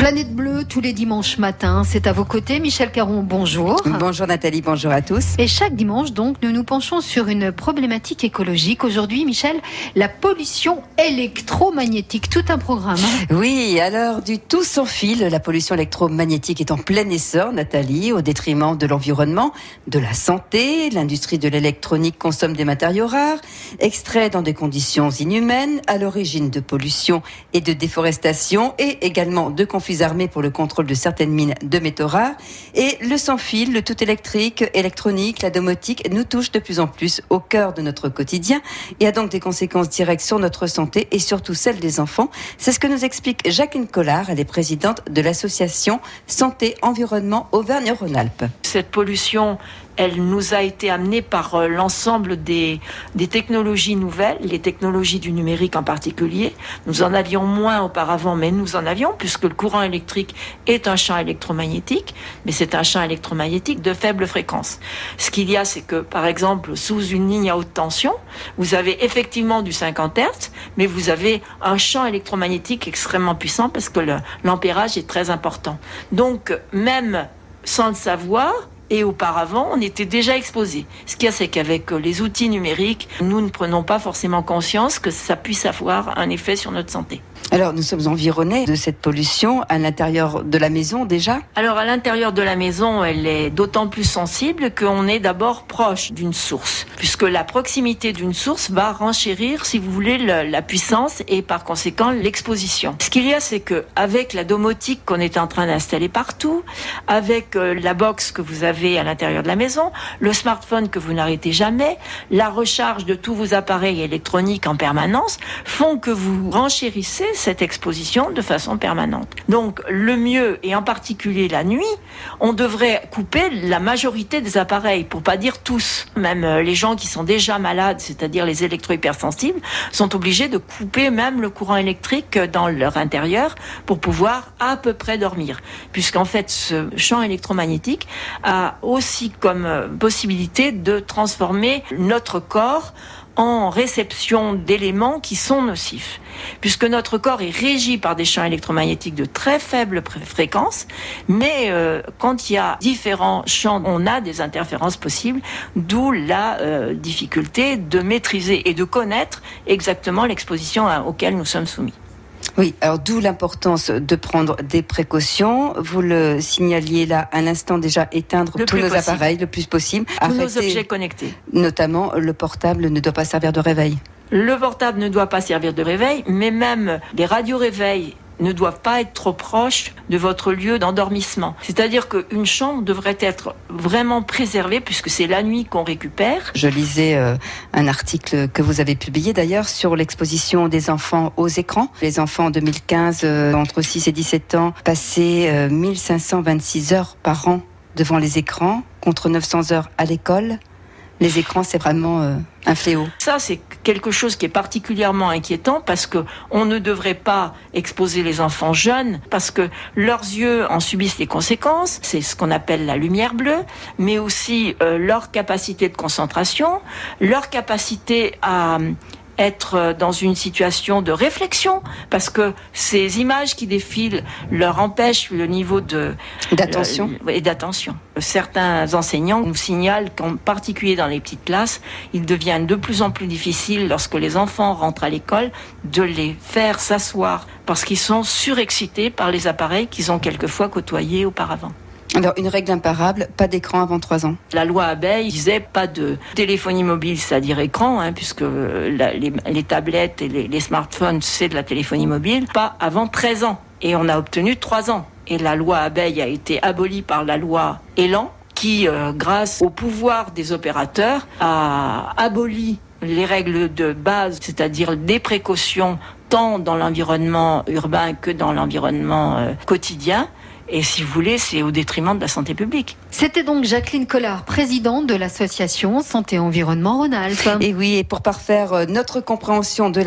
Planète Bleue, tous les dimanches matins, c'est à vos côtés. Michel Caron, bonjour. Bonjour Nathalie, bonjour à tous. Et chaque dimanche, donc, nous nous penchons sur une problématique écologique. Aujourd'hui, Michel, la pollution électromagnétique, tout un programme. Oui, à l'heure du tout sans fil, la pollution électromagnétique est en plein essor, Nathalie, au détriment de l'environnement, de la santé. L'industrie de l'électronique consomme des matériaux rares, extraits dans des conditions inhumaines, à l'origine de pollution et de déforestation, et également de conflits armés pour le contrôle de certaines mines de métaux rares. Et le sans-fil, le tout électrique, électronique, la domotique nous touche de plus en plus au cœur de notre quotidien et a donc des conséquences directes sur notre santé et surtout celle des enfants. C'est ce que nous explique Jacqueline Collard, elle est présidente de l'association Santé Environnement Auvergne-Rhône-Alpes. Cette pollution, elle nous a été amenée par l'ensemble des technologies nouvelles, les technologies du numérique en particulier. Nous en avions moins auparavant, mais nous en avions, puisque le courant électrique est un champ électromagnétique, mais c'est un champ électromagnétique de faible fréquence. Ce qu'il y a, c'est que, par exemple, sous une ligne à haute tension, vous avez effectivement du 50 Hz, mais vous avez un champ électromagnétique extrêmement puissant parce que l'ampérage est très important. Donc, même sans le savoir, et auparavant, on était déjà exposé. Ce qu'il y a, c'est qu'avec les outils numériques, nous ne prenons pas forcément conscience que ça puisse avoir un effet sur notre santé. Alors, nous sommes environnés de cette pollution à l'intérieur de la maison déjà ? Alors, à l'intérieur de la maison, elle est d'autant plus sensible qu'on est d'abord proche d'une source, puisque la proximité d'une source va renchérir, si vous voulez, la puissance et par conséquent l'exposition. Ce qu'il y a, c'est qu'avec la domotique qu'on est en train d'installer partout, avec la box que vous avez à l'intérieur de la maison, le smartphone que vous n'arrêtez jamais, la recharge de tous vos appareils électroniques en permanence, font que vous renchérissez cette exposition de façon permanente. Donc le mieux, et en particulier la nuit, on devrait couper la majorité des appareils, pour pas dire tous. Même les gens qui sont déjà malades, c'est-à-dire les électro-hypersensibles, sont obligés de couper même le courant électrique dans leur intérieur pour pouvoir à peu près dormir. Puisqu'en fait, ce champ électromagnétique a aussi comme possibilité de transformer notre corps en réception d'éléments qui sont nocifs. Puisque notre corps est régi par des champs électromagnétiques de très faible fréquence, mais quand il y a différents champs, on a des interférences possibles, d'où la difficulté de maîtriser et de connaître exactement l'exposition auquel nous sommes soumis. Oui, alors d'où l'importance de prendre des précautions. Vous le signaliez là à l'instant déjà, éteindre tous nos appareils le plus possible. Tous nos objets connectés. Notamment, le portable ne doit pas servir de réveil. Le portable ne doit pas servir de réveil, mais même les radios-réveils ne doivent pas être trop proches de votre lieu d'endormissement. C'est-à-dire qu'une chambre devrait être vraiment préservée puisque c'est la nuit qu'on récupère. Je lisais un article que vous avez publié d'ailleurs sur l'exposition des enfants aux écrans. Les enfants en 2015, entre 6 et 17 ans, passaient 1526 heures par an devant les écrans contre 900 heures à l'école. Les écrans, c'est vraiment un fléau. Ça, c'est quelque chose qui est particulièrement inquiétant parce que on ne devrait pas exposer les enfants jeunes parce que leurs yeux en subissent les conséquences. C'est ce qu'on appelle la lumière bleue, mais aussi leur capacité de concentration, leur capacité à être dans une situation de réflexion, parce que ces images qui défilent leur empêchent le niveau d'attention. Et d'attention. Certains enseignants nous signalent qu'en particulier dans les petites classes, il devient de plus en plus difficile, lorsque les enfants rentrent à l'école, de les faire s'asseoir, parce qu'ils sont surexcités par les appareils qu'ils ont quelquefois côtoyés auparavant. Alors, une règle imparable, pas d'écran avant 3 ans. La loi Abeille disait pas de téléphonie mobile, c'est-à-dire écran, puisque les tablettes et les smartphones, c'est de la téléphonie mobile, pas avant 13 ans. Et on a obtenu 3 ans. Et la loi Abeille a été abolie par la loi Elan, qui, grâce au pouvoir des opérateurs, a aboli les règles de base, c'est-à-dire des précautions tant dans l'environnement urbain que dans l'environnement quotidien. Et si vous voulez, c'est au détriment de la santé publique. C'était donc Jacqueline Collard, présidente de l'association Santé Environnement Rhône-Alpes. Et oui, et pour parfaire notre compréhension de